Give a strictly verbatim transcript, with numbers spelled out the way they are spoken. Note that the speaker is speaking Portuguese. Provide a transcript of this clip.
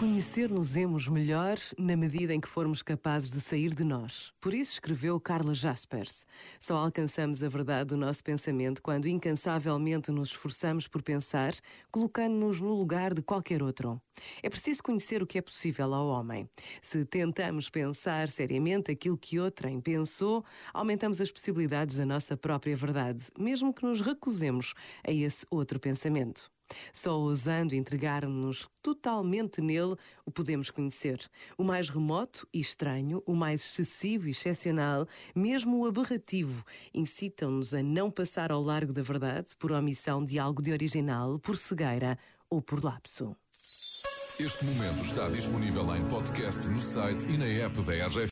Conhecer-nos-emos melhor na medida em que formos capazes de sair de nós. Por isso escreveu Carla Jaspers. Só alcançamos a verdade do nosso pensamento quando incansavelmente nos esforçamos por pensar, colocando-nos no lugar de qualquer outro. É preciso conhecer o que é possível ao homem. Se tentamos pensar seriamente aquilo que outrem pensou, aumentamos as possibilidades da nossa própria verdade, mesmo que nos recusemos a esse outro pensamento. Só ousando entregar-nos totalmente nele o podemos conhecer. O mais remoto e estranho, o mais excessivo e excepcional, mesmo o aberrativo, incitam-nos a não passar ao largo da verdade por omissão de algo de original, por cegueira ou por lapso. Este momento está disponível em podcast no site e na app da R G F.